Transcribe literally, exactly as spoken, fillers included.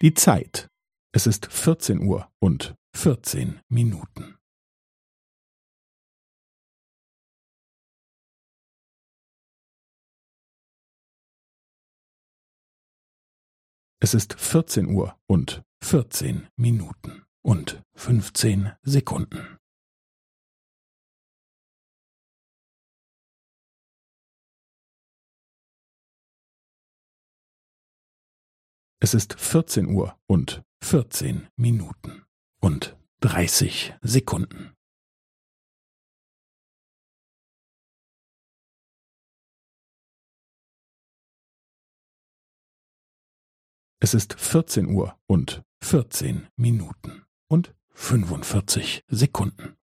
Die Zeit. Es ist vierzehn Uhr und vierzehn Minuten. Es ist vierzehn Uhr und vierzehn Minuten und fünfzehn Sekunden. Es ist vierzehn Uhr und vierzehn Minuten und dreißig Sekunden. Es ist vierzehn Uhr und vierzehn Minuten und fünfundvierzig Sekunden.